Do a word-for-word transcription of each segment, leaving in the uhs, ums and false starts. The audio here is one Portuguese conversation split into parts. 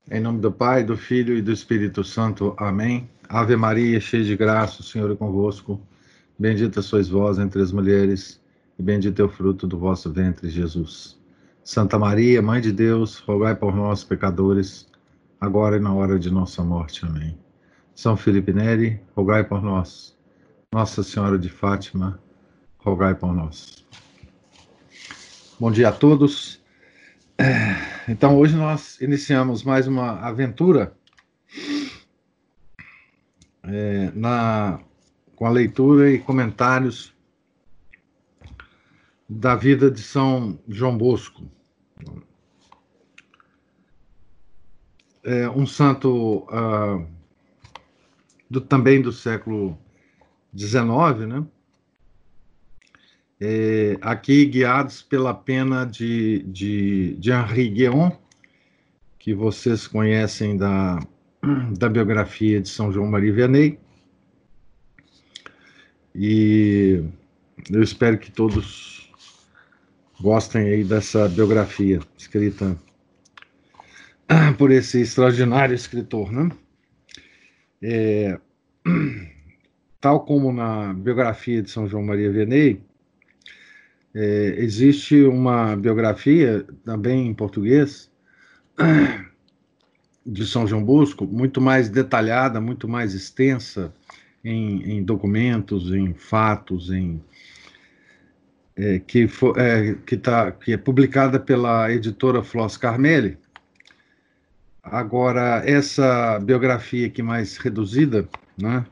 Em nome do Pai, do Filho e do Espírito Santo. Amém. Ave Maria, cheia de graça, o Senhor é convosco. Bendita sois vós entre as mulheres, e bendito é o fruto do vosso ventre, Jesus. Santa Maria, Mãe de Deus, rogai por nós, pecadores, agora e na hora de nossa morte. Amém. São Felipe Neri, rogai por nós. Nossa Senhora de Fátima, rogai por nós. Bom dia a todos. Então, hoje nós iniciamos mais uma aventura é, na, com a leitura e comentários da vida de São João Bosco. É um santo uh, do, também do século dezenove, né? É, aqui guiados pela pena de, de, de Henri Guéon, que vocês conhecem da, da biografia de São João Maria Vianney. E eu espero que todos gostem aí dessa biografia escrita por esse extraordinário escritor, né? É, tal como na biografia de São João Maria Vianney, é, existe uma biografia, também em português, de São João Bosco, muito mais detalhada, muito mais extensa em, em documentos, em fatos, em, é, que, for, é, que, tá, que é publicada pela editora Flos Carmelli. Agora, essa biografia aqui mais reduzida, né,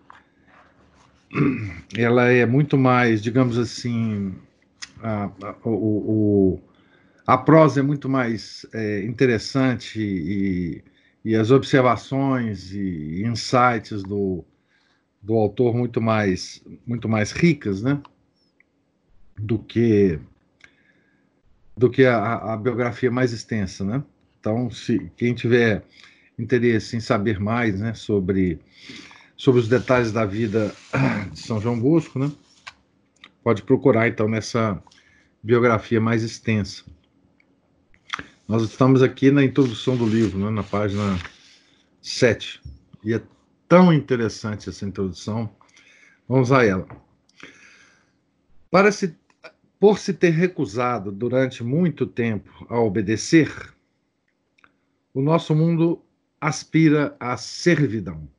ela é muito mais, digamos assim, a, a, o, o, a prosa é muito mais é, interessante e, e as observações e insights do, do autor muito mais, muito mais ricas, né, do que, do que a, a biografia mais extensa, né? Então, se quem tiver interesse em saber mais, né, sobre, sobre os detalhes da vida de São João Bosco, né, pode procurar, então, nessa biografia mais extensa. Nós estamos aqui na introdução do livro, né, na página sete, e é tão interessante essa introdução. Vamos a ela. Para se, por se ter recusado durante muito tempo a obedecer, o nosso mundo aspira à servidão.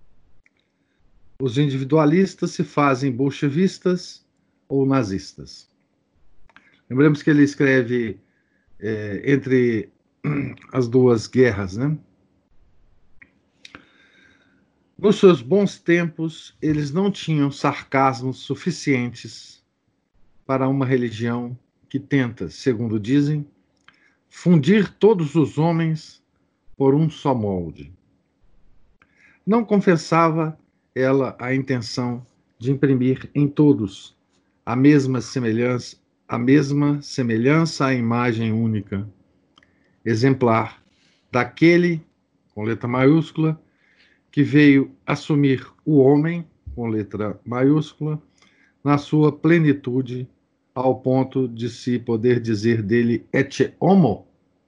Os individualistas se fazem bolchevistas ou nazistas. Lembramos que ele escreve é, entre as duas guerras, né? Nos seus bons tempos, eles não tinham sarcasmos suficientes para uma religião que tenta, segundo dizem, fundir todos os homens por um só molde. Não confessava ela a intenção de imprimir em todos a mesma semelhança, a mesma semelhança à imagem única, exemplar daquele, com letra maiúscula, que veio assumir o homem, com letra maiúscula, na sua plenitude, ao ponto de se poder dizer dele ecce homo.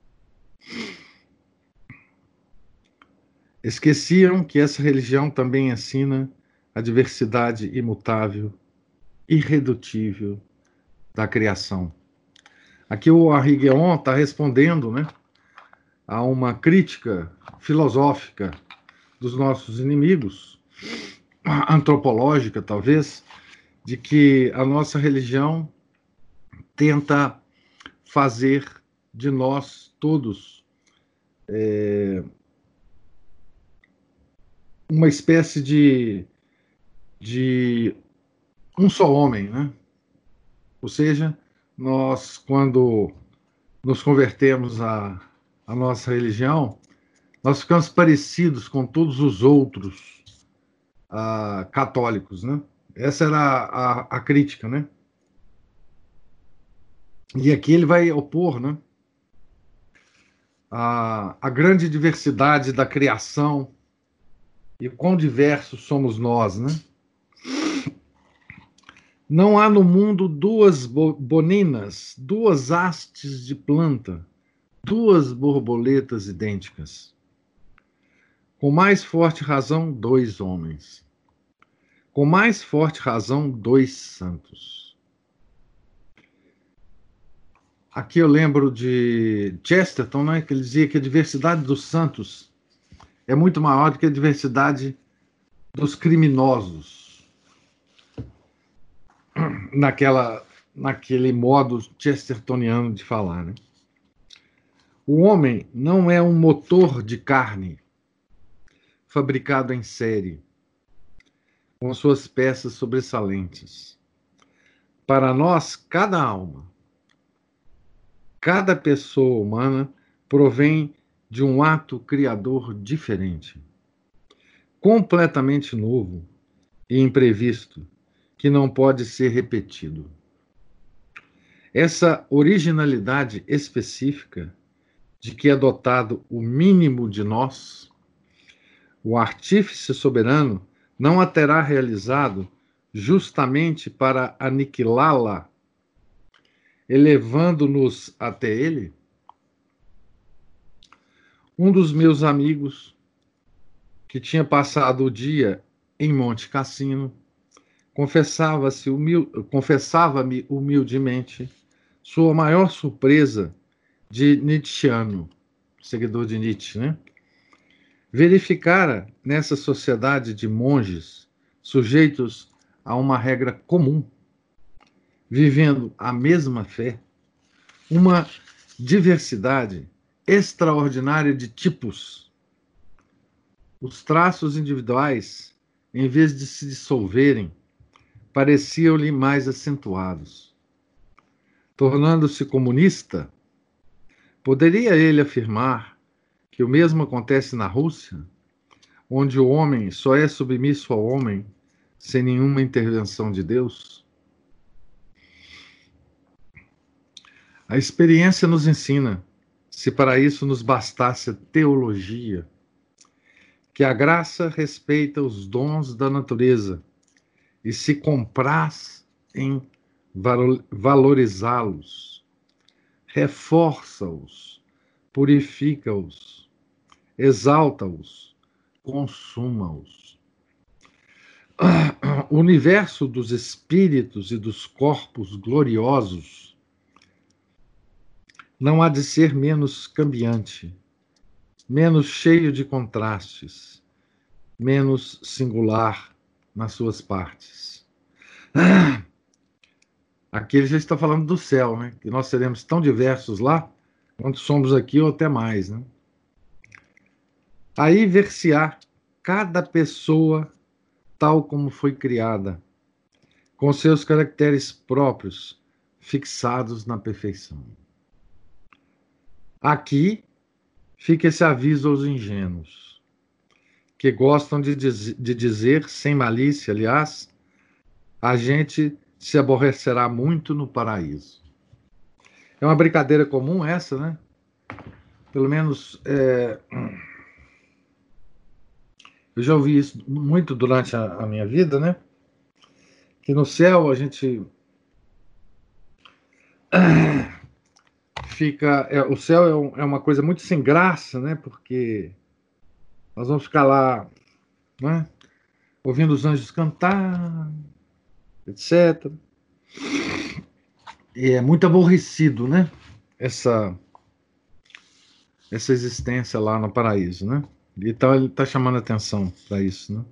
Esqueciam que essa religião também ensina a diversidade imutável, irredutível da criação. Aqui o Henri Guéon está respondendo, né, a uma crítica filosófica dos nossos inimigos, antropológica talvez, de que a nossa religião tenta fazer de nós todos é, uma espécie de, de um só homem, né? Ou seja, nós, quando nos convertemos à, à nossa religião, nós ficamos parecidos com todos os outros uh, católicos, né? Essa era a, a, a crítica, né? E aqui ele vai opor, né, a, a grande diversidade da criação e quão diversos somos nós, né? Não há no mundo duas boninas, duas hastes de planta, duas borboletas idênticas. Com mais forte razão, dois homens. Com mais forte razão, dois santos. Aqui eu lembro de Chesterton, né, que ele dizia que a diversidade dos santos é muito maior do que a diversidade dos criminosos. Naquela, naquele modo chestertoniano de falar, né? O homem não é um motor de carne fabricado em série, com suas peças sobressalentes. Para nós, cada alma, cada pessoa humana provém de um ato criador diferente, completamente novo e imprevisto, que não pode ser repetido. Essa originalidade específica de que é dotado o mínimo de nós, o artífice soberano não a terá realizado justamente para aniquilá-la, elevando-nos até ele? Um dos meus amigos, que tinha passado o dia em Monte Cassino, confessava-se humil... confessava-me humildemente sua maior surpresa de Nietzscheano, seguidor de Nietzsche, né? Verificara nessa sociedade de monges sujeitos a uma regra comum, vivendo a mesma fé, uma diversidade extraordinária de tipos. Os traços individuais, em vez de se dissolverem, pareciam-lhe mais acentuados. Tornando-se comunista, poderia ele afirmar que o mesmo acontece na Rússia, onde o homem só é submisso ao homem sem nenhuma intervenção de Deus? A experiência nos ensina, se para isso nos bastasse a teologia, que a graça respeita os dons da natureza e se compraz em valorizá-los, reforça-os, purifica-os, exalta-os, consuma-os. O universo dos espíritos e dos corpos gloriosos não há de ser menos cambiante, menos cheio de contrastes, menos singular nas suas partes. Aqui ele já está falando do céu, né? Que nós seremos tão diversos lá quanto somos aqui ou até mais, né? Aí ver-se-á cada pessoa tal como foi criada, com seus caracteres próprios, fixados na perfeição. Aqui fica esse aviso aos ingênuos, que gostam de, diz de dizer, sem malícia, aliás, a gente se aborrecerá muito no paraíso. É uma brincadeira comum essa, né? Pelo menos é... eu já ouvi isso muito durante a, a minha vida, né? Que no céu a gente fica... É, o céu é, um, é uma coisa muito sem graça, né? Porque nós vamos ficar lá, né? Ouvindo os anjos cantar, etcétera. E é muito aborrecido, né? Essa, essa existência lá no paraíso, né? Então ele está chamando atenção para isso, né?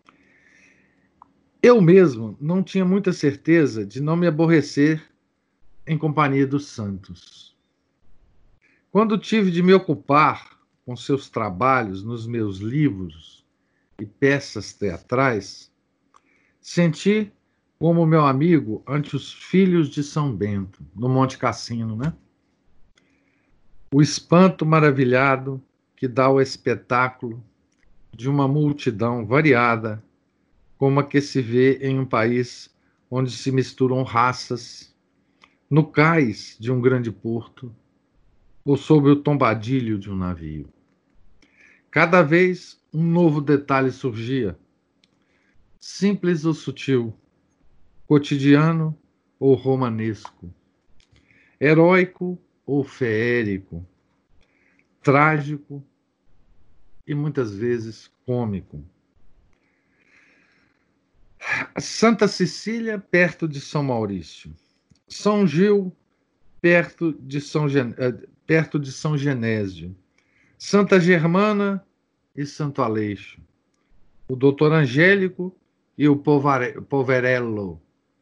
Eu mesmo não tinha muita certeza de não me aborrecer em companhia dos santos. Quando tive de me ocupar com seus trabalhos nos meus livros e peças teatrais, senti como meu amigo ante os filhos de São Bento, no Monte Cassino, né? O espanto maravilhado que dá o espetáculo de uma multidão variada, como a que se vê em um país onde se misturam raças, no cais de um grande porto, ou sob o tombadilho de um navio. Cada vez um novo detalhe surgia, simples ou sutil, cotidiano ou romanesco, heróico ou feérico, trágico e muitas vezes cômico. Santa Cecília, perto de São Maurício. São Gil, perto de São, Gen... perto de São Genésio. Santa Germana e Santo Aleixo. O doutor Angélico e o Povare... Poverello.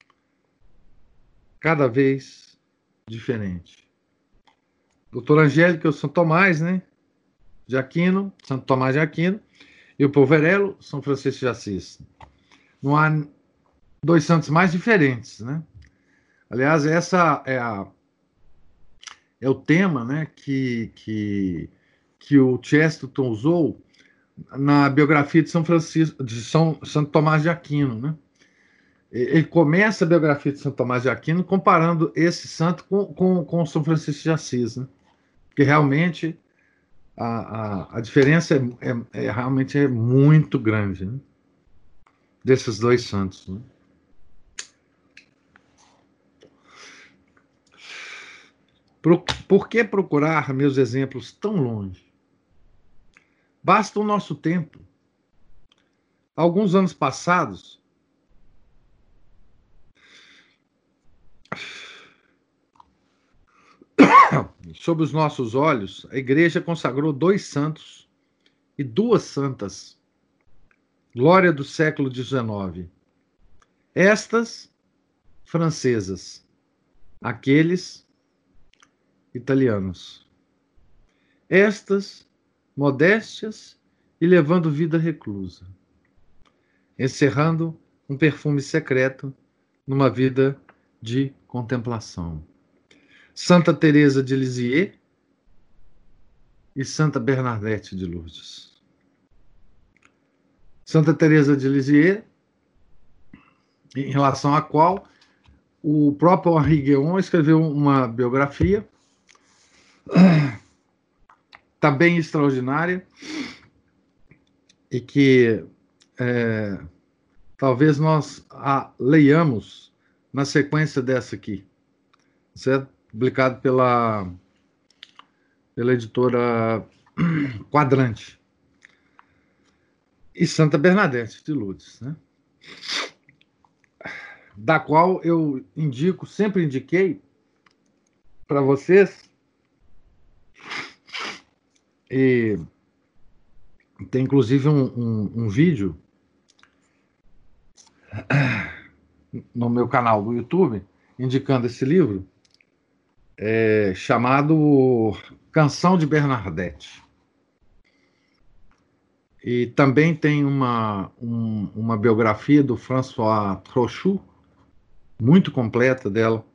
Cada vez diferente. Doutor Angélico é o São Tomás, né? De Aquino, Santo Tomás de Aquino, e o Poverello, São Francisco de Assis. Não há dois santos mais diferentes, né? Aliás, essa é, a, é o tema, né, que, que, que o Chesterton usou na biografia de São Francisco, de São Santo Tomás de Aquino, né? Ele começa a biografia de Santo Tomás de Aquino comparando esse santo com, com, com São Francisco de Assis, né? Porque realmente a, a, a diferença é, é, é realmente é muito grande, né? Desses dois santos, né? Por, por que procurar meus exemplos tão longe? Basta o nosso tempo. Alguns anos passados, sob os nossos olhos, a igreja consagrou dois santos e duas santas, glória do século dezenove. Estas, francesas, aqueles, italianos. Estas, modéstias e levando vida reclusa, encerrando um perfume secreto numa vida de contemplação. Santa Teresa de Lisieux e Santa Bernadette de Lourdes. Santa Teresa de Lisieux, em relação à qual o próprio Henri Guéon escreveu uma biografia também extraordinária e que é, talvez nós a leiamos na sequência dessa aqui, certo? Publicado pela, pela editora Quadrante. E Santa Bernadette de Lourdes, né? Da qual eu indico, sempre indiquei para vocês, e tem inclusive um, um, um vídeo no meu canal do YouTube indicando esse livro, é, chamado Canção de Bernadette. E também tem uma, um, uma biografia do François Trochu, muito completa dela.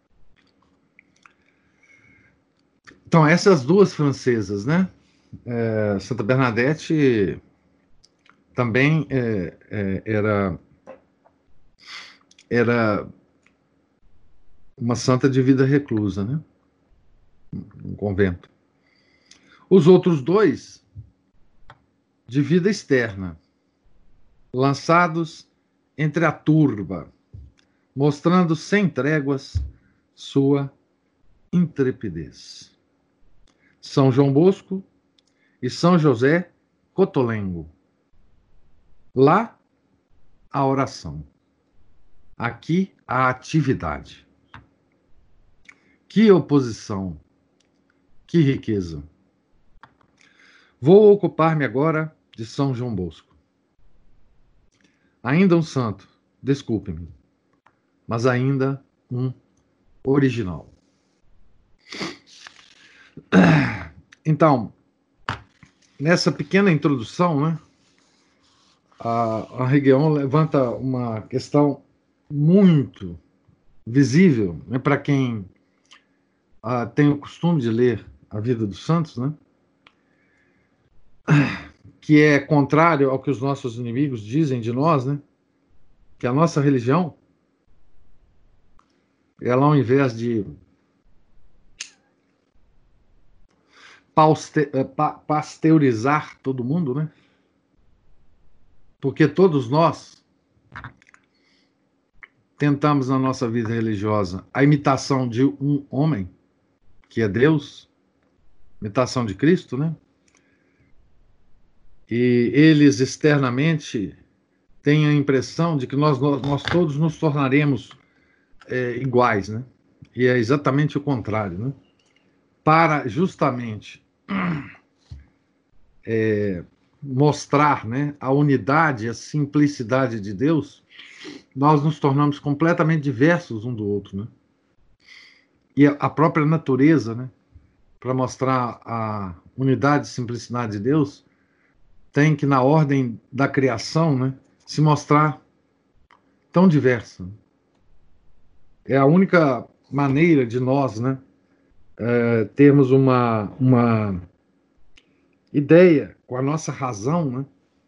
Então, essas duas francesas, né? É, Santa Bernadette também é, é, era, era uma santa de vida reclusa, né? Um convento. Os outros dois, de vida externa, lançados entre a turba, mostrando sem tréguas sua intrepidez. São João Bosco e São José Cotolengo. Lá, a oração. Aqui, a atividade. Que oposição! Que riqueza! Vou ocupar-me agora de São João Bosco. Ainda um santo, desculpe-me, mas ainda um original. Então, nessa pequena introdução, né, a Henri Guéon levanta uma questão muito visível, né, para quem uh, tem o costume de ler a vida dos santos, né, que é contrário ao que os nossos inimigos dizem de nós, né, que a nossa religião, ela, ao invés de pasteurizar todo mundo, né, porque todos nós tentamos na nossa vida religiosa a imitação de um homem, que é Deus, imitação de Cristo, né? e eles externamente têm a impressão de que nós, nós, nós todos nos tornaremos é, iguais, né? E é exatamente o contrário, né? Para justamente é, mostrar, né, a unidade, a simplicidade de Deus, nós nos tornamos completamente diversos um do outro, né? E a própria natureza, né, para mostrar a unidade e simplicidade de Deus, tem que, na ordem da criação, né, se mostrar tão diversa. É a única maneira de nós, né, é, termos uma, uma ideia com a nossa razão, né,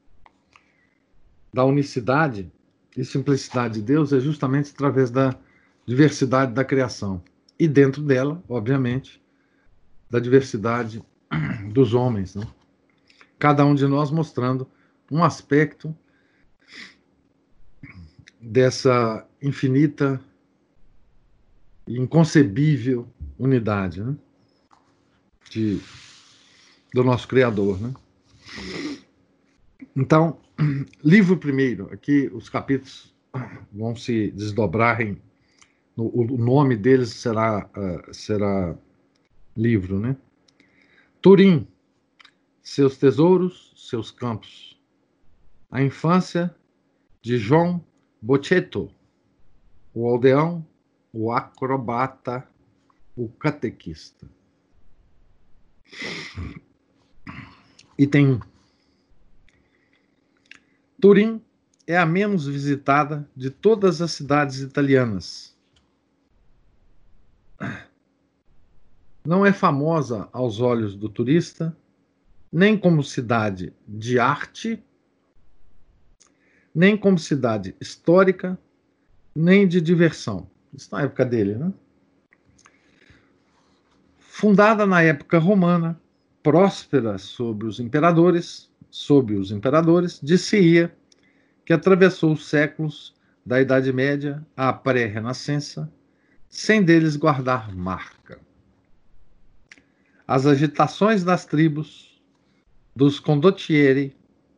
da unicidade e simplicidade de Deus é justamente através da diversidade da criação. E dentro dela, obviamente, da diversidade dos homens, né? Cada um de nós mostrando um aspecto dessa infinita e inconcebível unidade, né? De, do nosso Criador, né? Então, livro primeiro, aqui os capítulos vão se desdobrar em, o, o nome deles será, uh, será livro, né? Turim, seus tesouros, seus campos. A infância de João Bocchetto, o aldeão, o acrobata, o catequista. Item um. Turim é a menos visitada de todas as cidades italianas. Não é famosa aos olhos do turista, nem como cidade de arte, nem como cidade histórica, nem de diversão. Isso na época dele, né? Fundada na época romana, próspera sobre os imperadores, sob os imperadores, disse-ia que atravessou os séculos da Idade Média à pré-renascença, sem deles guardar marca. As agitações das tribos, dos condottieri,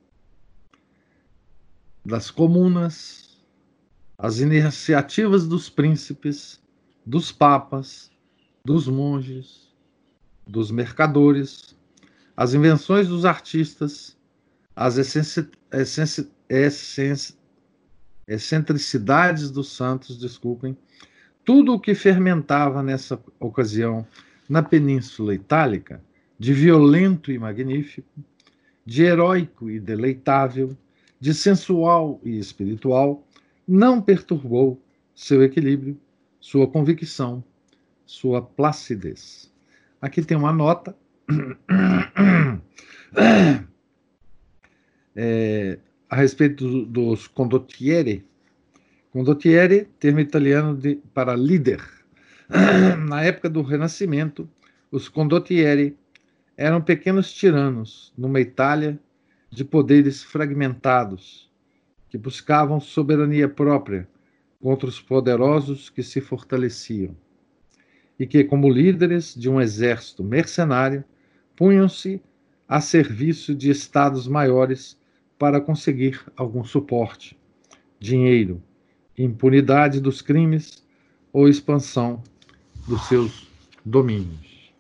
das comunas, as iniciativas dos príncipes, dos papas, dos monges, dos mercadores, as invenções dos artistas, as essenci, essenci, essenci, excentricidades dos santos, desculpem, tudo o que fermentava nessa ocasião na Península Itálica, de violento e magnífico, de heróico e deleitável, de sensual e espiritual, não perturbou seu equilíbrio, sua convicção, sua placidez. Aqui tem uma nota é, a respeito dos condottieri. Condottieri, termo italiano de, para líder. Na época do Renascimento, os condottieri eram pequenos tiranos numa Itália de poderes fragmentados, que buscavam soberania própria contra os poderosos que se fortaleciam, e que, como líderes de um exército mercenário, punham-se a serviço de estados maiores para conseguir algum suporte, dinheiro, impunidade dos crimes ou expansão dos seus domínios.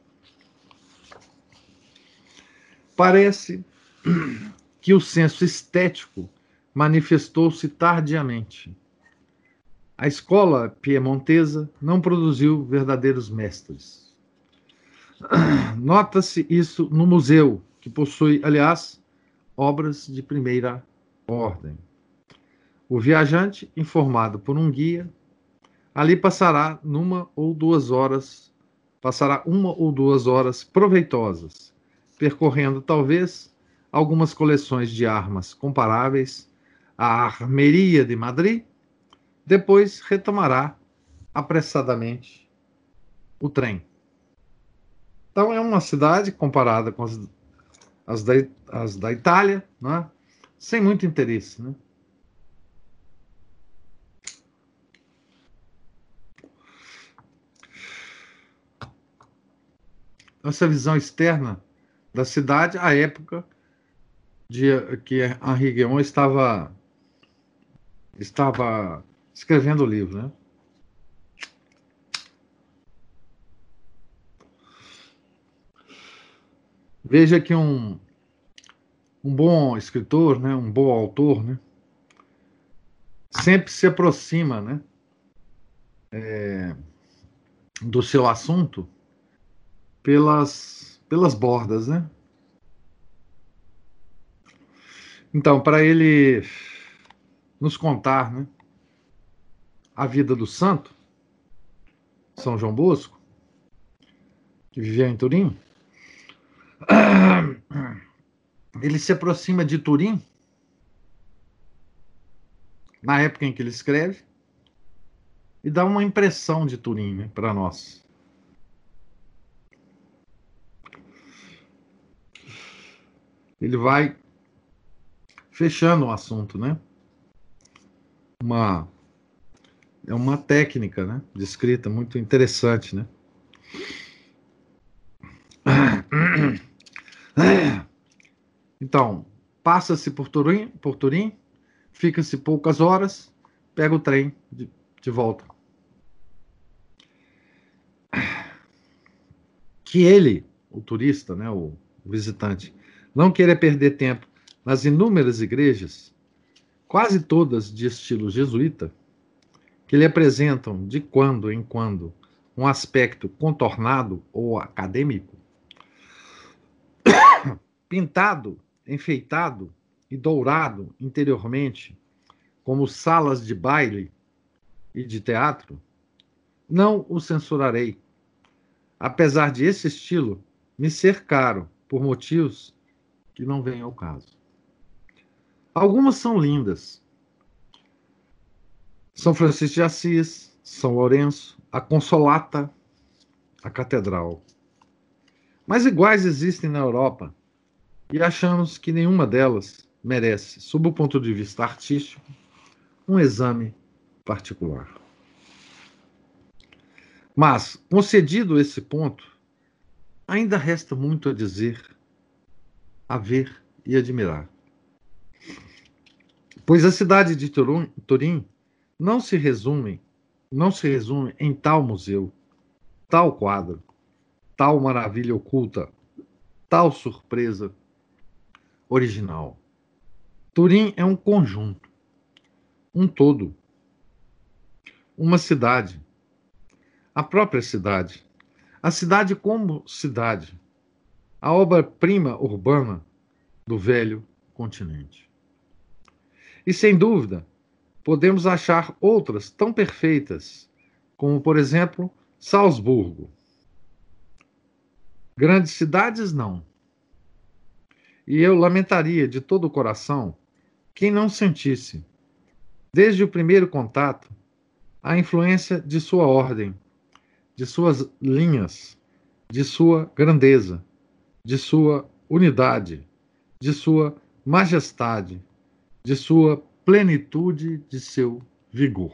Parece que o senso estético manifestou-se tardiamente. A escola piemontesa não produziu verdadeiros mestres. Nota-se isso no museu, que possui, aliás, obras de primeira ordem. O viajante, informado por um guia, ali passará numa ou duas horas, passará uma ou duas horas proveitosas, percorrendo talvez algumas coleções de armas comparáveis à Armeria de Madrid, depois retomará apressadamente o trem. Então é uma cidade comparada com as, as, da, as da Itália, né? Sem muito interesse, né? Essa visão externa da cidade, à época, dia que Henri Guéon estava, estava escrevendo o livro, né? Veja que um, um bom escritor, né, um bom autor, né, sempre se aproxima, né, é, do seu assunto pelas, pelas bordas, né? Então, para ele nos contar, né, a vida do santo, São João Bosco, que vivia em Turim, ele se aproxima de Turim, na época em que ele escreve, e dá uma impressão de Turim, né, para nós. Ele vai fechando o assunto, né? Uma, é uma técnica, né, de escrita muito interessante, né? Então, passa-se por Turim, por Turim, fica-se poucas horas, pega o trem de, de volta. Que ele, o turista, né, o visitante, não queira perder tempo nas inúmeras igrejas, quase todas de estilo jesuíta, que lhe apresentam de quando em quando um aspecto contornado ou acadêmico, pintado, enfeitado e dourado interiormente, como salas de baile e de teatro, não o censurarei, apesar de esse estilo me ser caro por motivos que não vêm ao caso. Algumas são lindas. São Francisco de Assis, São Lourenço, a Consolata, a Catedral. Mas iguais existem na Europa e achamos que nenhuma delas merece, sob o ponto de vista artístico, um exame particular. Mas, concedido esse ponto, ainda resta muito a dizer, a ver e admirar. Pois a cidade de Turim não se resume, não se resume em tal museu, tal quadro, tal maravilha oculta, tal surpresa original. Turim é um conjunto, um todo, uma cidade, a própria cidade, a cidade como cidade, a obra-prima urbana do velho continente. E sem dúvida, podemos achar outras tão perfeitas, como, por exemplo, Salzburgo. Grandes cidades, não. E eu lamentaria de todo o coração quem não sentisse, desde o primeiro contato, a influência de sua ordem, de suas linhas, de sua grandeza, de sua unidade, de sua majestade, de sua plenitude, de seu vigor.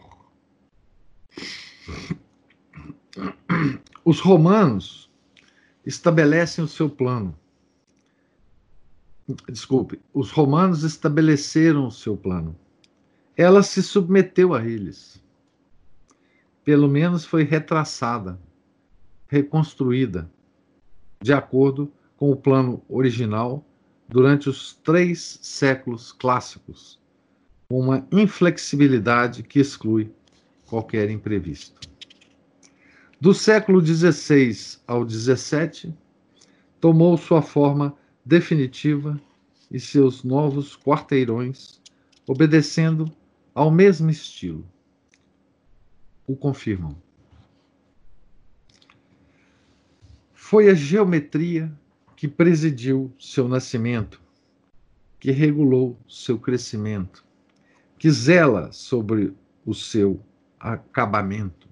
Os romanos estabelecem o seu plano. Desculpe, os romanos estabeleceram o seu plano. Ela se submeteu a eles. Pelo menos foi retraçada, reconstruída, de acordo com o plano original durante os três séculos clássicos, com uma inflexibilidade que exclui qualquer imprevisto. Do século dezesseis ao dezessete, tomou sua forma definitiva e seus novos quarteirões, obedecendo ao mesmo estilo, o confirmam. Foi a geometria que presidiu seu nascimento, que regulou seu crescimento, que zela sobre o seu acabamento.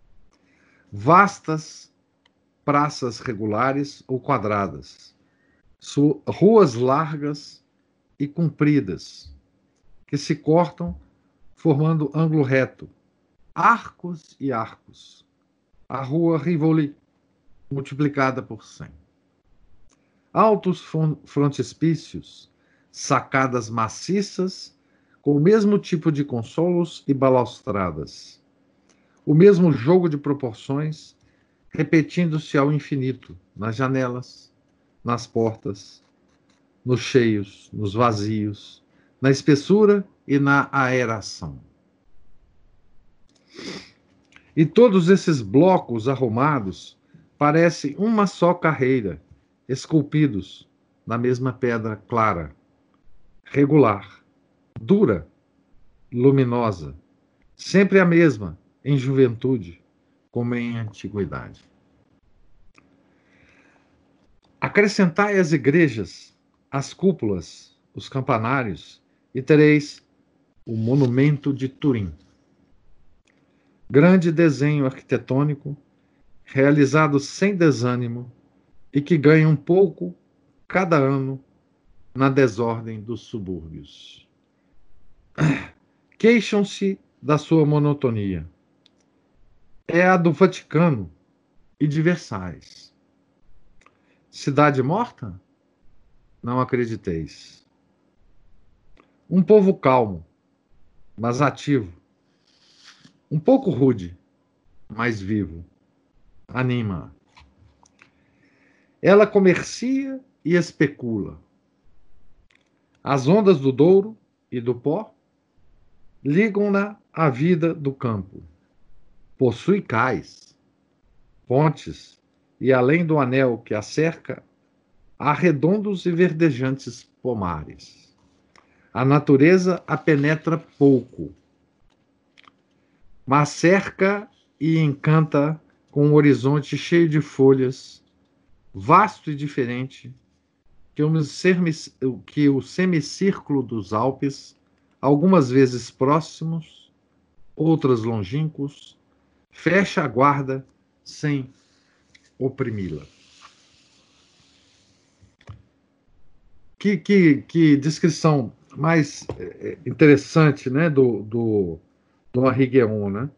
Vastas praças regulares ou quadradas, ruas largas e compridas, que se cortam formando ângulo reto, arcos e arcos. A rua Rivoli, multiplicada por cem. Altos frontispícios, sacadas maciças, com o mesmo tipo de consolos e balaustradas. O mesmo jogo de proporções, repetindo-se ao infinito, nas janelas, nas portas, nos cheios, nos vazios, na espessura e na aeração. E todos esses blocos arrumados parecem uma só carreira, esculpidos na mesma pedra clara, regular, dura, luminosa, sempre a mesma em juventude como em antiguidade. Acrescentai as igrejas, as cúpulas, os campanários, e tereis o monumento de Turim. Grande desenho arquitetônico, realizado sem desânimo e que ganha um pouco cada ano na desordem dos subúrbios. Queixam-se da sua monotonia. É a do Vaticano e de Versalhes. Cidade morta? Não acrediteis. Um povo calmo, mas ativo. Um pouco rude, mas vivo. Anima. Ela comercia e especula. As ondas do Douro e do Pó ligam-na à vida do campo. Possui cais, pontes e, além do anel que a cerca, há redondos e verdejantes pomares. A natureza a penetra pouco, mas cerca e encanta com um horizonte cheio de folhas, vasto e diferente, que o, que o semicírculo dos Alpes, algumas vezes próximos, outras longínquos, fecha a guarda sem oprimi-la. Que, que, que descrição mais interessante, né, do, do, do Henri Guéon, né?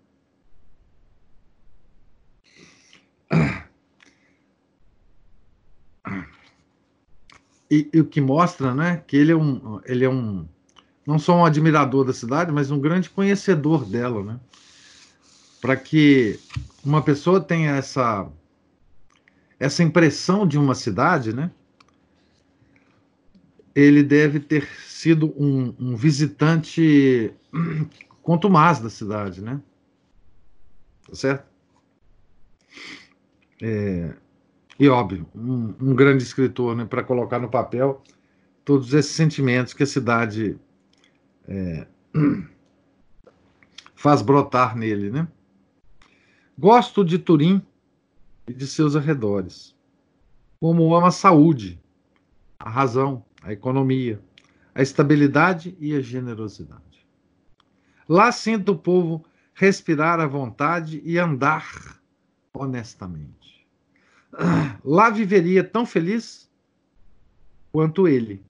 E, e o que mostra, né, que ele é um, ele é um, não só um admirador da cidade, mas um grande conhecedor dela, né? Para que uma pessoa tenha essa, essa impressão de uma cidade, né? Ele deve ter sido um, um visitante contumaz da cidade, né? Tá certo? É, e óbvio, um, um grande escritor, né, para colocar no papel todos esses sentimentos que a cidade é, faz brotar nele, né? Gosto de Turim e de seus arredores, como amo a saúde, a razão, a economia, a estabilidade e a generosidade. Lá sinto o povo respirar à vontade e andar honestamente. Lá viveria tão feliz quanto ele,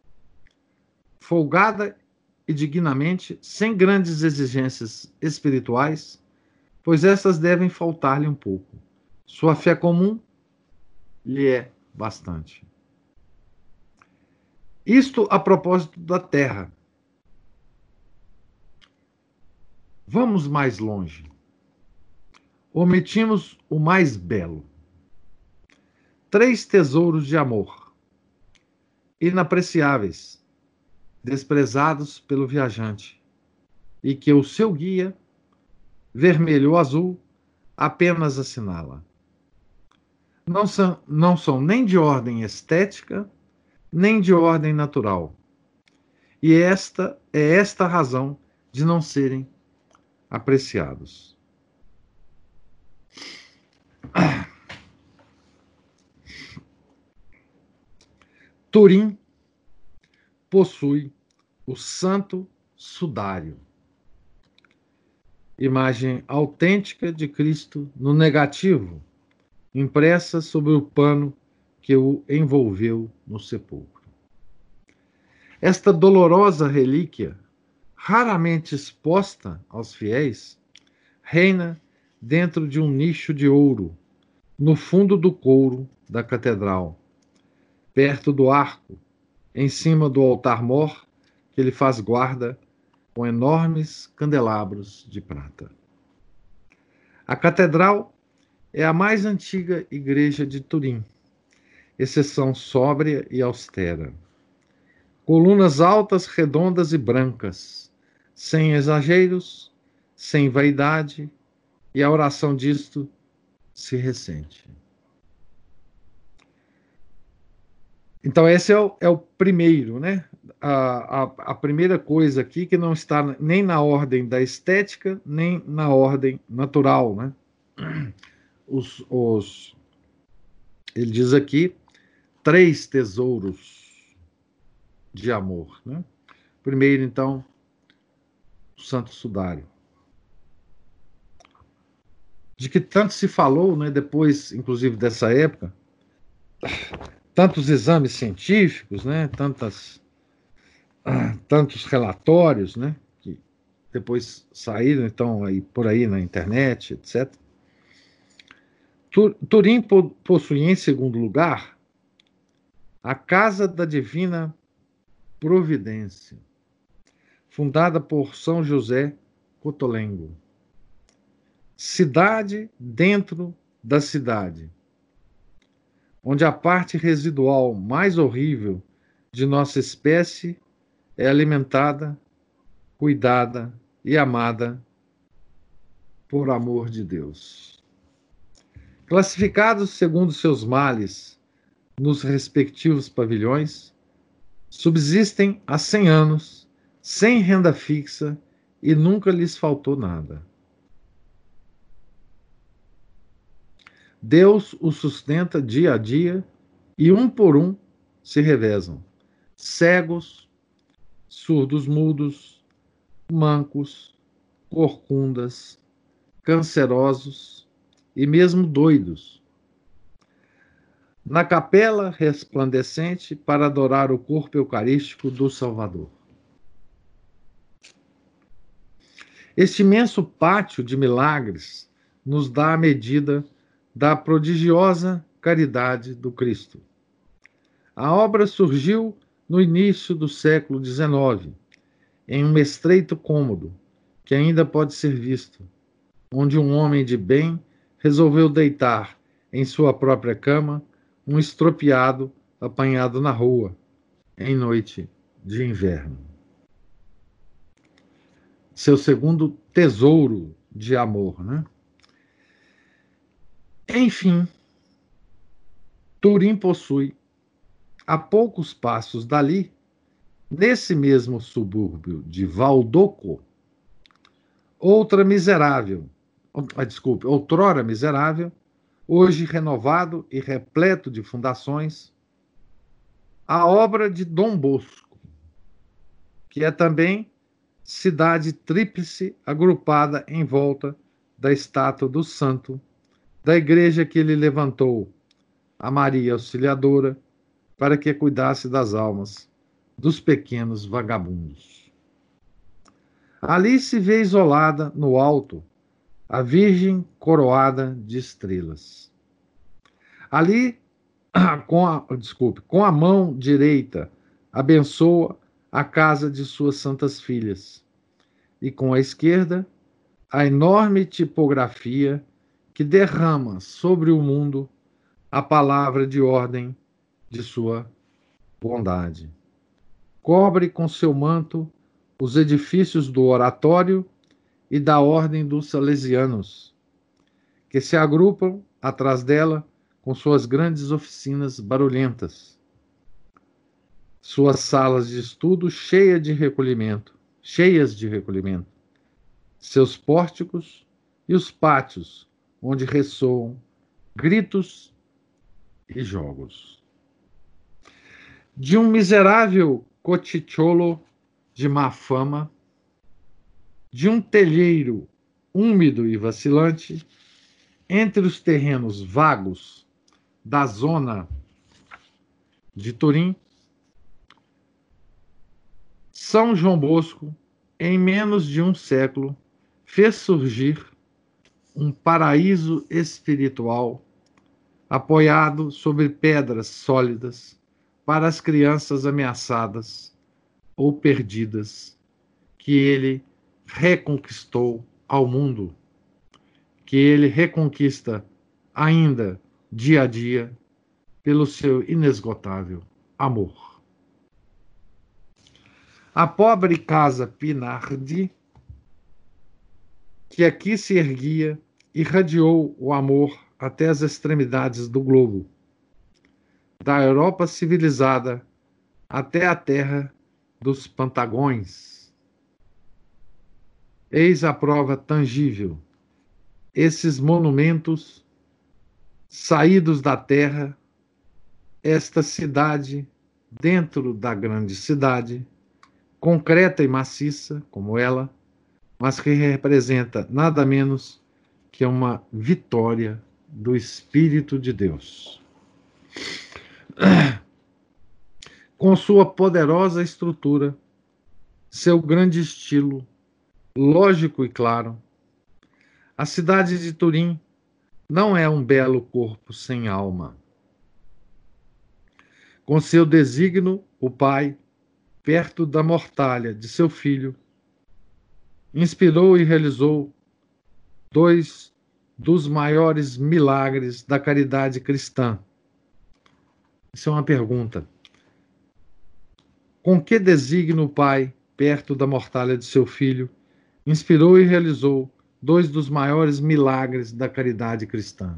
folgada e dignamente, sem grandes exigências espirituais, pois essas devem faltar-lhe um pouco. Sua fé comum lhe é bastante. Isto a propósito da terra. Vamos mais longe. Omitimos o mais belo. Três tesouros de amor, inapreciáveis, desprezados pelo viajante, e que o seu guia, vermelho ou azul, apenas assinala. Não são, não são nem de ordem estética, nem de ordem natural. E esta é esta a razão de não serem apreciados. Turim possui o Santo Sudário, imagem autêntica de Cristo no negativo, impressa sobre o pano que o envolveu no sepulcro. Esta dolorosa relíquia, raramente exposta aos fiéis, reina dentro de um nicho de ouro, no fundo do couro da catedral, perto do arco, em cima do altar-mor, que ele faz guarda com enormes candelabros de prata. A catedral é a mais antiga igreja de Turim, exceção sóbria e austera. Colunas altas, redondas e brancas, sem exageros, sem vaidade, e a oração disto se ressente. Então, esse é o, é o primeiro, né? A, a, a primeira coisa aqui que não está nem na ordem da estética, nem na ordem natural, né? Os, os, ele diz aqui, três tesouros de amor, né? Primeiro, então, o Santo Sudário. De que tanto se falou, né, depois, inclusive, dessa época, tantos exames científicos, né, tantas, ah, tantos relatórios, né, que depois saíram, então, aí, por aí na internet, etcétera. Turim possui, em segundo lugar, a Casa da Divina Providência, fundada por São José Cotolengo. Cidade dentro da cidade, onde a parte residual mais horrível de nossa espécie é alimentada, cuidada e amada por amor de Deus. Classificados segundo seus males nos respectivos pavilhões, subsistem há cem anos, sem renda fixa, e nunca lhes faltou nada. Deus os sustenta dia a dia, e um por um se revezam. Cegos, surdos mudos, mancos, corcundas, cancerosos e mesmo doidos. Na capela resplandecente para adorar o corpo eucarístico do Salvador. Este imenso pátio de milagres nos dá a medida da prodigiosa caridade do Cristo. A obra surgiu no início do século dezenove, em um estreito cômodo, que ainda pode ser visto, onde um homem de bem resolveu deitar em sua própria cama um estropiado apanhado na rua, em noite de inverno. Seu segundo tesouro de amor, né? Enfim, Turim possui, a poucos passos dali, nesse mesmo subúrbio de Valdocco, outra miserável, ah, desculpe, outrora miserável, hoje renovado e repleto de fundações, a obra de Dom Bosco, que é também cidade tríplice agrupada em volta da estátua do santo, da igreja que ele levantou, a Maria Auxiliadora, para que cuidasse das almas dos pequenos vagabundos. Ali se vê isolada, no alto, a Virgem coroada de estrelas. Ali, com a, desculpe, com a mão direita, abençoa a casa de suas santas filhas, e com a esquerda, a enorme tipografia que derrama sobre o mundo a palavra de ordem de sua bondade. Cobre com seu manto os edifícios do oratório e da ordem dos salesianos, que se agrupam atrás dela com suas grandes oficinas barulhentas, suas salas de estudo cheias de recolhimento, cheias de recolhimento, seus pórticos e os pátios onde ressoam gritos e jogos. De um miserável coticholo de má fama, de um telheiro úmido e vacilante, entre os terrenos vagos da zona de Turim, São João Bosco, em menos de um século, fez surgir um paraíso espiritual apoiado sobre pedras sólidas para as crianças ameaçadas ou perdidas que ele reconquistou ao mundo, que ele reconquista ainda dia a dia pelo seu inesgotável amor. A pobre casa Pinardi, que aqui se erguia, irradiou o amor até as extremidades do globo, da Europa civilizada até a terra dos Pantagões. Eis a prova tangível. Esses monumentos saídos da terra, esta cidade dentro da grande cidade, concreta e maciça como ela, mas que representa nada menos que uma vitória do Espírito de Deus. Com sua poderosa estrutura, seu grande estilo, lógico e claro, a cidade de Turim não é um belo corpo sem alma. Com seu desígnio, o pai, perto da mortalha de seu filho, inspirou e realizou dois dos maiores milagres da caridade cristã. Isso é uma pergunta. Com que desígnio o pai, perto da mortalha de seu filho, inspirou e realizou dois dos maiores milagres da caridade cristã?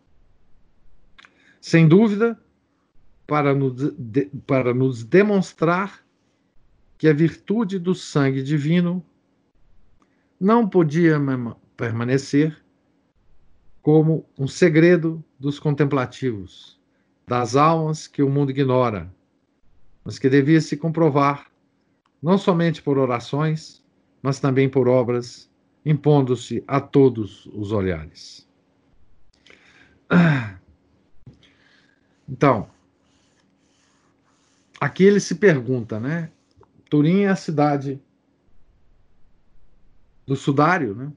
Sem dúvida, para nos, de, para nos demonstrar que a virtude do sangue divino não podia permanecer como um segredo dos contemplativos, das almas que o mundo ignora, mas que devia se comprovar não somente por orações, mas também por obras, impondo-se a todos os olhares. Então, aqui ele se pergunta, né? Turim é a cidade do sudário, né?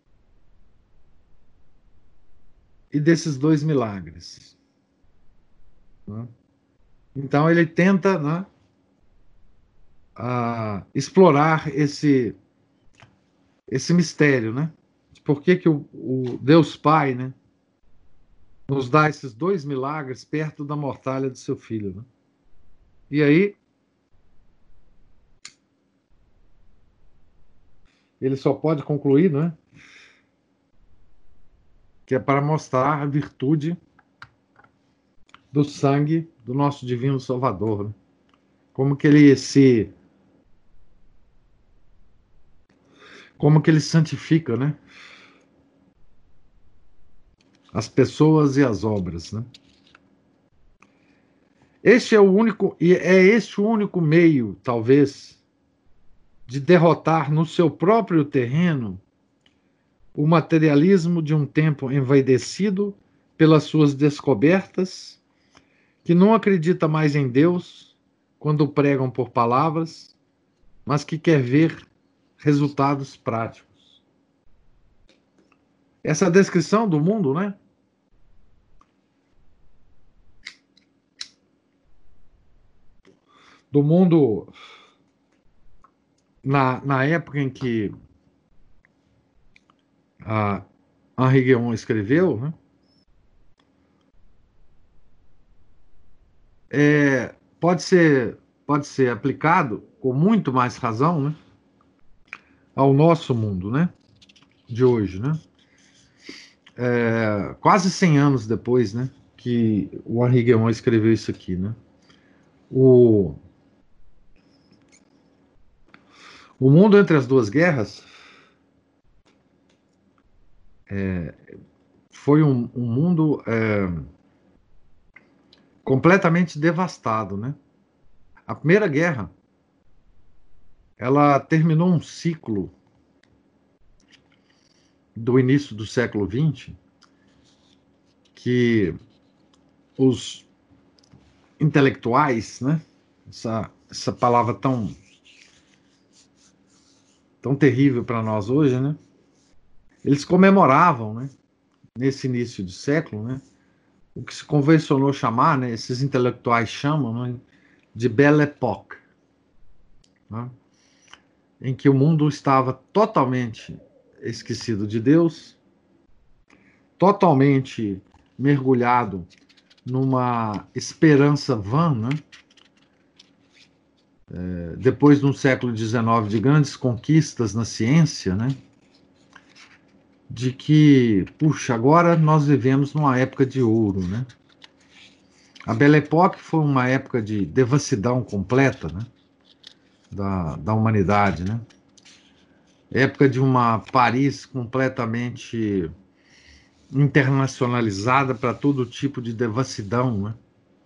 E desses dois milagres. Né? Então ele tenta, né, a explorar esse, esse mistério, né? De por que, que o, o Deus Pai, né, nos dá esses dois milagres perto da mortalha de seu filho. Né? E aí ele só pode concluir, né, que é para mostrar a virtude do sangue do nosso divino Salvador. Né? Como que ele se... Como que ele santifica, né? As pessoas e as obras, né? Este é o único, e é este o único meio, talvez, de derrotar no seu próprio terreno o materialismo de um tempo envaidecido pelas suas descobertas, que não acredita mais em Deus quando pregam por palavras, mas que quer ver resultados práticos. Essa descrição do mundo, né? Do mundo na, na época em que a Henri Guéon escreveu, né? É, pode ser, pode ser aplicado com muito mais razão, né, ao nosso mundo, né, de hoje, né? É, quase cem anos depois, né, que o Henri Guéon escreveu isso aqui, né? O, o mundo entre as duas guerras é, foi um, um mundo é, completamente devastado, né? A Primeira Guerra, ela terminou um ciclo do início do século vinte que os intelectuais, né? Essa, essa palavra tão, tão terrível para nós hoje, né? Eles comemoravam, né? Nesse início do século, né? O que se convencionou chamar, né? Esses intelectuais chamam, né? de Belle Époque, né? Em que o mundo estava totalmente esquecido de Deus, totalmente mergulhado numa esperança vã, né? É, depois de um século dezenove de grandes conquistas na ciência, né? De que, puxa, agora nós vivemos numa época de ouro, né? A Belle Époque foi uma época de devassidão completa, né? Da, da humanidade, né? Época de uma Paris completamente internacionalizada para todo tipo de devassidão, né?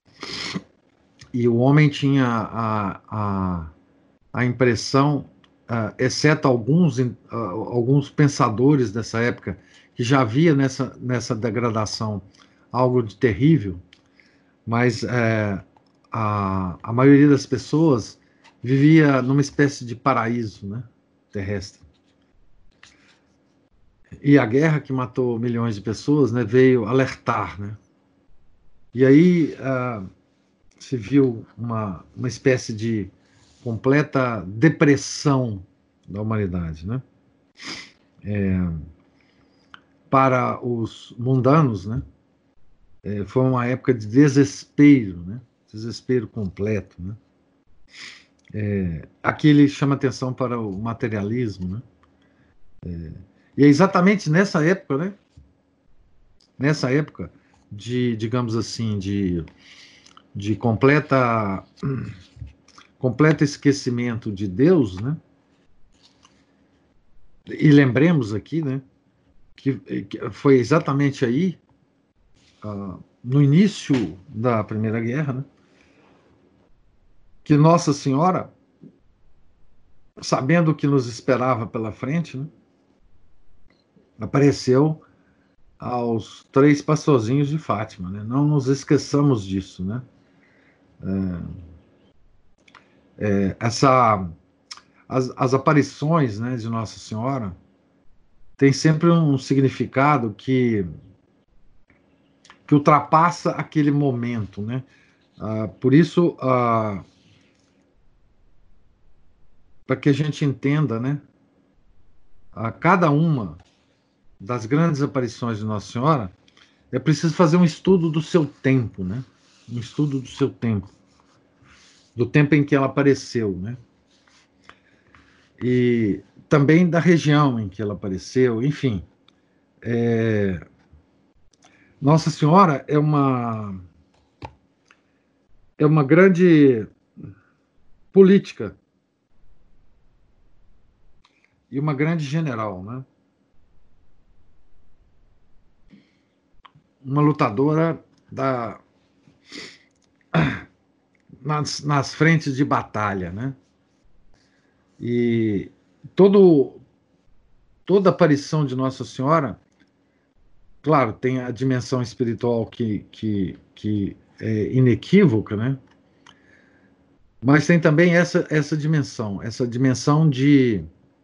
E o homem tinha a, a, a impressão, uh, exceto alguns, uh, alguns pensadores dessa época, que já havia nessa, nessa degradação algo de terrível, mas é, a, a maioria das pessoas vivia numa espécie de paraíso, né, terrestre. E a guerra que matou milhões de pessoas, né, veio alertar, né? E aí uh, se viu uma, uma espécie de completa depressão da humanidade, né? É, para os mundanos, né? É, foi uma época de desespero, né? Desespero completo, né? É, aqui ele chama atenção para o materialismo, né? É, e é exatamente nessa época, né? Nessa época de, digamos assim, de, de completa, completo esquecimento de Deus, né? E lembremos aqui, né? Que, que foi exatamente aí, uh, no início da Primeira Guerra, né? Que Nossa Senhora, sabendo o que nos esperava pela frente, né? Apareceu aos três pastorzinhos de Fátima, né? Não nos esqueçamos disso, né? É, é, essa, as, as aparições, né, de Nossa Senhora tem sempre um significado que que ultrapassa aquele momento, né? Ah, por isso, ah, para que a gente entenda, né? A cada uma das grandes aparições de Nossa Senhora, é preciso fazer um estudo do seu tempo, né? Um estudo do seu tempo, do tempo em que ela apareceu, né? E também da região em que ela apareceu, enfim. É... Nossa Senhora é uma é uma grande política e uma grande general, né? Uma lutadora da nas, nas frentes de batalha, né? E todo toda aparição de Nossa Senhora, claro, tem a dimensão espiritual que, que, que é inequívoca, né? Mas tem também essa, essa dimensão, essa dimensão de,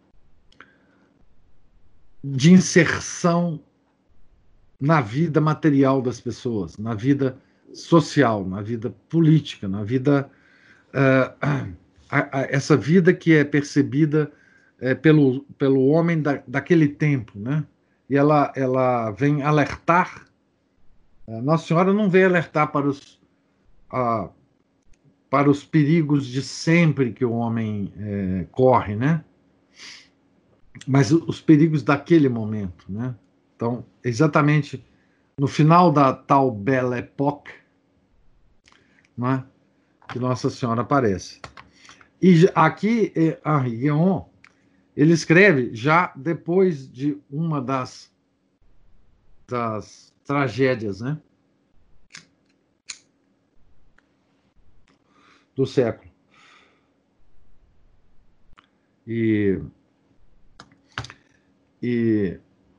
de inserção na vida material das pessoas, na vida social, na vida política, na vida. Uh, a, a, essa vida que é percebida é, pelo, pelo homem da, daquele tempo, né? E ela, ela vem alertar. Nossa Senhora não veio alertar para os, uh, para os perigos de sempre que o homem é, corre, né? Mas os perigos daquele momento, né? Então, exatamente no final da tal Belle Époque, né, que Nossa Senhora aparece. E aqui, Henri Guéon, ele escreve já depois de uma das, das tragédias, né, do século. E, e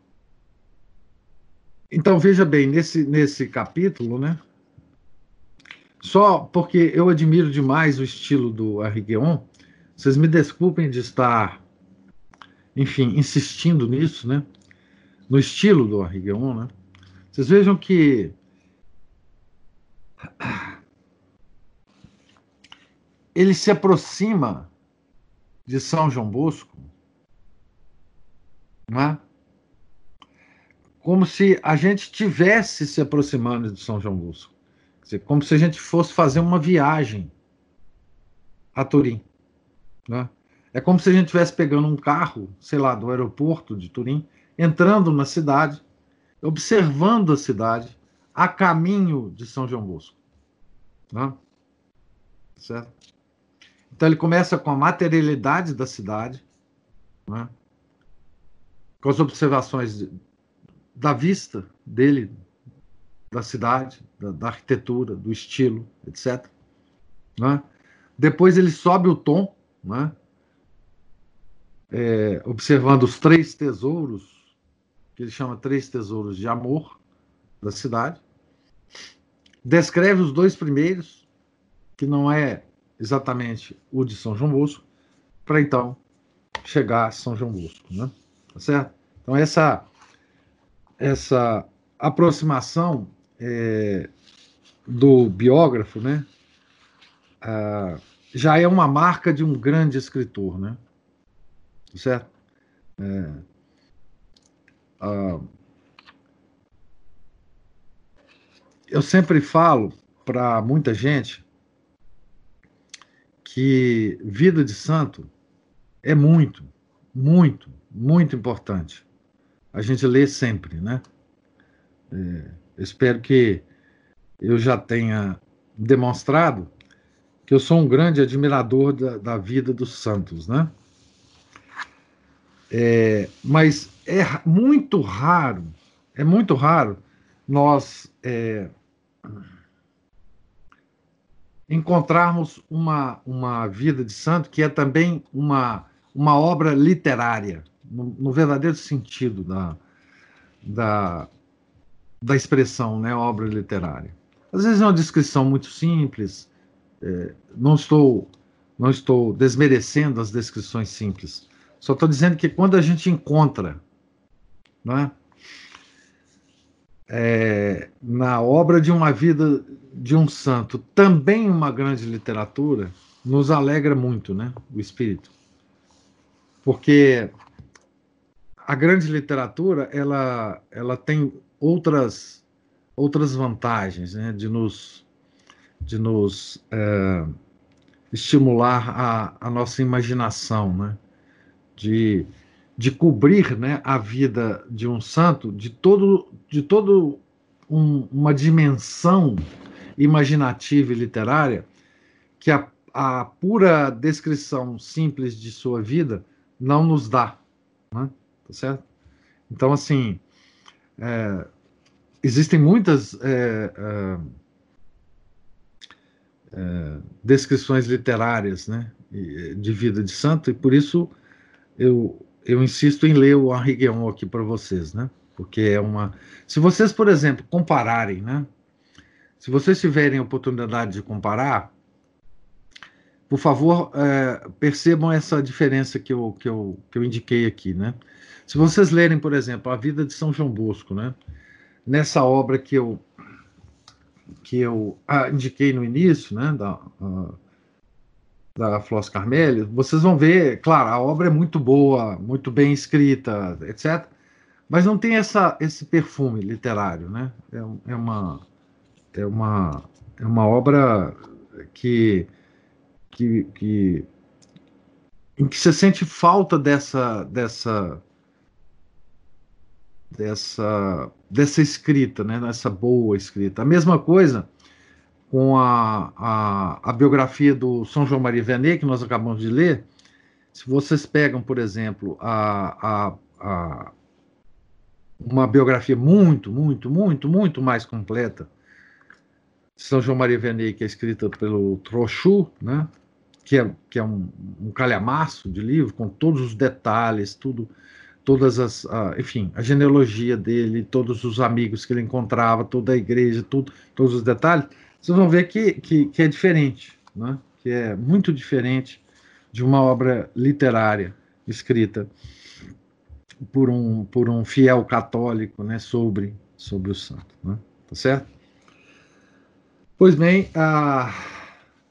então veja bem, nesse, nesse capítulo, né, só porque eu admiro demais o estilo do Henri Guéon, vocês me desculpem de estar, enfim, insistindo nisso, né, no estilo do Henri Guéon, né. Vocês vejam que ele se aproxima de São João Bosco, não é? Como se a gente tivesse se aproximando de São João Bosco. Quer dizer, como se a gente fosse fazer uma viagem a Turim, né? É como se a gente estivesse pegando um carro, sei lá, do aeroporto de Turim, entrando na cidade, observando a cidade, a caminho de São João Bosco, né? Certo? Então ele começa com a materialidade da cidade, né? Com as observações de, da vista dele, da cidade, da, da arquitetura, do estilo, etcétera, né? Depois ele sobe o tom, né? É, observando os três tesouros, que ele chama três tesouros de amor da cidade. Descreve os dois primeiros, que não é exatamente o de São João Bosco, para então chegar a São João Bosco, né? Tá certo? Então essa essa aproximação é, do biógrafo, né, ah, já é uma marca de um grande escritor, né? Certo? É, ah, eu sempre falo para muita gente que vida de santo é muito, muito, muito importante. A gente lê sempre, né? É, espero que eu já tenha demonstrado que eu sou um grande admirador da, da vida dos santos, né? É, mas é muito raro, é muito raro nós é, encontrarmos uma, uma vida de santo que é também uma, uma obra literária, no, no verdadeiro sentido da, da, da expressão, né, obra literária. Às vezes é uma descrição muito simples, é, não estou não estou desmerecendo as descrições simples, só estou dizendo que quando a gente encontra, né, é, na obra de uma vida de um santo também uma grande literatura, nos alegra muito, né, o espírito, porque a grande literatura ela, ela tem outras outras vantagens, né, de nos de nos é, estimular a, a nossa imaginação, né, de, de cobrir, né, a vida de um santo de todo de todo um, uma dimensão imaginativa e literária que a, a pura descrição simples de sua vida não nos dá, né? Tá certo? Então, assim, é, existem muitas é, é, é, descrições literárias, né, de vida de santo, e por isso eu, eu insisto em ler o Henri Guéon aqui para vocês, né, porque é uma... Se vocês, por exemplo, compararem, né, se vocês tiverem oportunidade de comparar, por favor, é, percebam essa diferença que eu, que, eu, que eu indiquei aqui, né. Se vocês lerem, por exemplo, a vida de São João Bosco, né, nessa obra que eu que eu ah, indiquei no início, né, da, uh, da Flos Carmelli, vocês vão ver, claro, a obra é muito boa, muito bem escrita, etcétera, mas não tem essa, esse perfume literário, né? É, é uma, é, uma, é uma obra que, que, que, em que você sente falta dessa, dessa, dessa, dessa escrita, né? Dessa boa escrita. A mesma coisa com a, a, a biografia do São João Maria Vianney, que nós acabamos de ler. Se vocês pegam, por exemplo, a, a, a, uma biografia muito, muito, muito, muito mais completa de São João Maria Vianney, que é escrita pelo Trochu, né? que é, que é um, um calhamaço de livro, com todos os detalhes, tudo, todas as, uh, enfim, a genealogia dele, todos os amigos que ele encontrava, toda a igreja, tudo, todos os detalhes, vocês vão ver que, que, que é diferente, né? Que é muito diferente de uma obra literária escrita por um, por um fiel católico, né, sobre, sobre o santo, né? Tá certo? Pois bem, ah,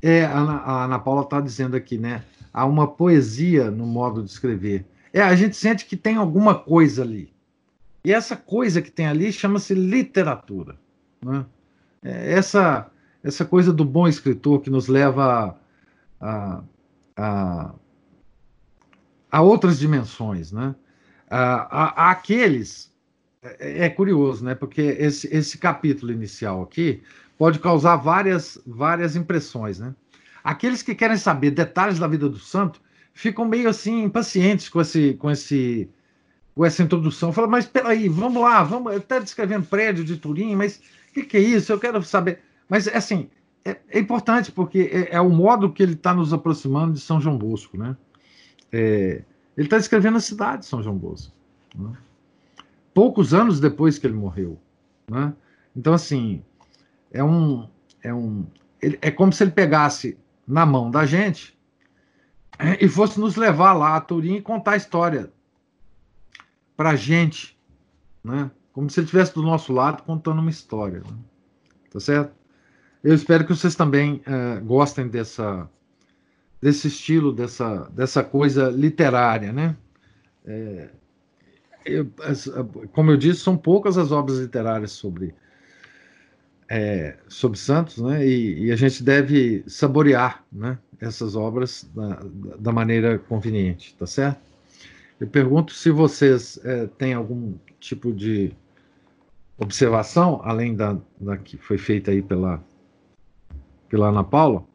É, a Ana, a Ana Paula está dizendo aqui, né? Há uma poesia no modo de escrever. É, a gente sente que tem alguma coisa ali. E essa coisa que tem ali chama-se literatura, né? É essa, essa coisa do bom escritor que nos leva a, a, a outras dimensões, né? A, a, aqueles. É, é curioso, né? Porque esse, esse capítulo inicial aqui pode causar várias, várias impressões, né? Aqueles que querem saber detalhes da vida do santo ficam meio assim impacientes com esse, com esse, com essa introdução. Fala, mas peraí, vamos lá, vamos. Ele está descrevendo prédio de Turim, mas o que, que é isso? Eu quero saber. Mas assim, é, é importante porque é, é o modo que ele está nos aproximando de São João Bosco, né? É, ele está descrevendo a cidade de São João Bosco, né? Poucos anos depois que ele morreu, né? Então, assim, é um, é um, ele, é como se ele pegasse na mão da gente e fosse nos levar lá a Turim e contar a história para a gente, né? Como se ele estivesse do nosso lado contando uma história, né? Tá certo? Eu espero que vocês também uh, gostem dessa, desse estilo, dessa, dessa coisa literária, né? É, eu, as, como eu disse, são poucas as obras literárias sobre É, sobre Santos, né? E, e a gente deve saborear, né, essas obras da, da maneira conveniente, tá certo? Eu pergunto se vocês é, têm algum tipo de observação, além da, da que foi feita aí pela, pela Ana Paula.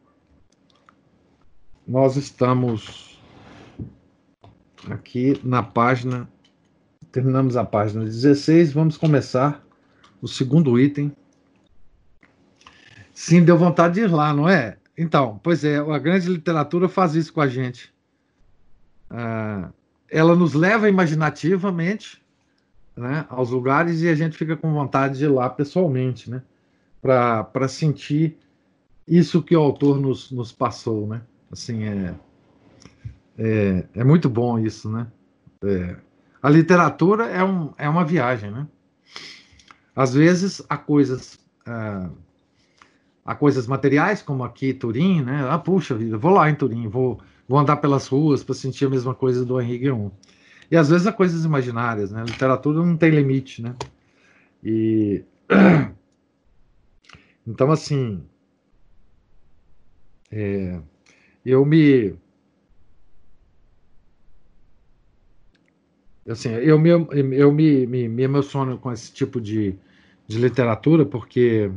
Nós estamos aqui na página, terminamos a página dezesseis, vamos começar o segundo item. Sim, deu vontade de ir lá, não é? Então, pois é, a grande literatura faz isso com a gente. Ah, ela nos leva imaginativamente, né, aos lugares e a gente fica com vontade de ir lá pessoalmente, né? Para sentir isso que o autor nos, nos passou, né? Assim, é, é, é muito bom isso, né? É, a literatura é, um, é uma viagem, né? Às vezes há coisas... Ah, há coisas materiais, como aqui Turim, né? Ah, puxa vida, vou lá em Turim, vou, vou andar pelas ruas para sentir a mesma coisa do Henri Guion. E às vezes há coisas imaginárias, né? A literatura não tem limite, né? E então, assim, é, eu me, assim, eu me, eu me, me, me emociono com esse tipo de, de literatura porque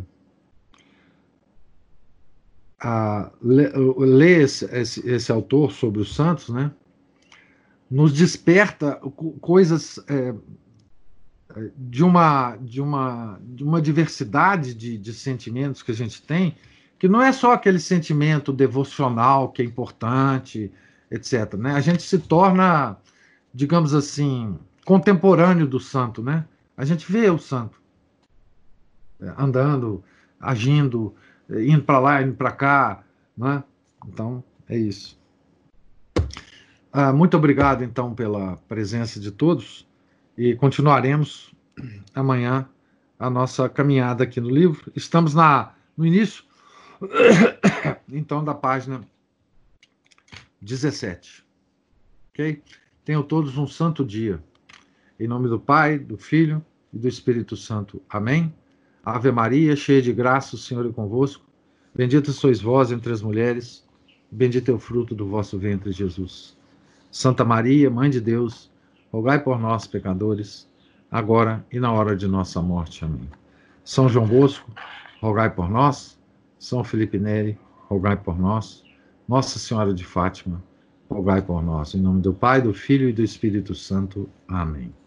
a, ler esse, esse, esse autor sobre os Santos, né? Nos desperta coisas é, de uma de uma de uma diversidade de, de sentimentos que a gente tem, que não é só aquele sentimento devocional que é importante, etc, né? A gente se torna, digamos assim, contemporâneo do santo, né? A gente vê o santo andando, agindo, indo para lá, indo para cá, né? Então, é isso. Ah, muito obrigado, então, pela presença de todos e continuaremos amanhã a nossa caminhada aqui no livro. Estamos na, no início, então, da página dezessete. Ok? Tenham todos um santo dia. Em nome do Pai, do Filho e do Espírito Santo. Amém? Ave Maria, cheia de graça, o Senhor é convosco. Bendita sois vós entre as mulheres, bendito é o fruto do vosso ventre, Jesus. Santa Maria, Mãe de Deus, rogai por nós, pecadores, agora e na hora de nossa morte. Amém. São João Bosco, rogai por nós. São Felipe Neri, rogai por nós. Nossa Senhora de Fátima, rogai por nós. Em nome do Pai, do Filho e do Espírito Santo. Amém.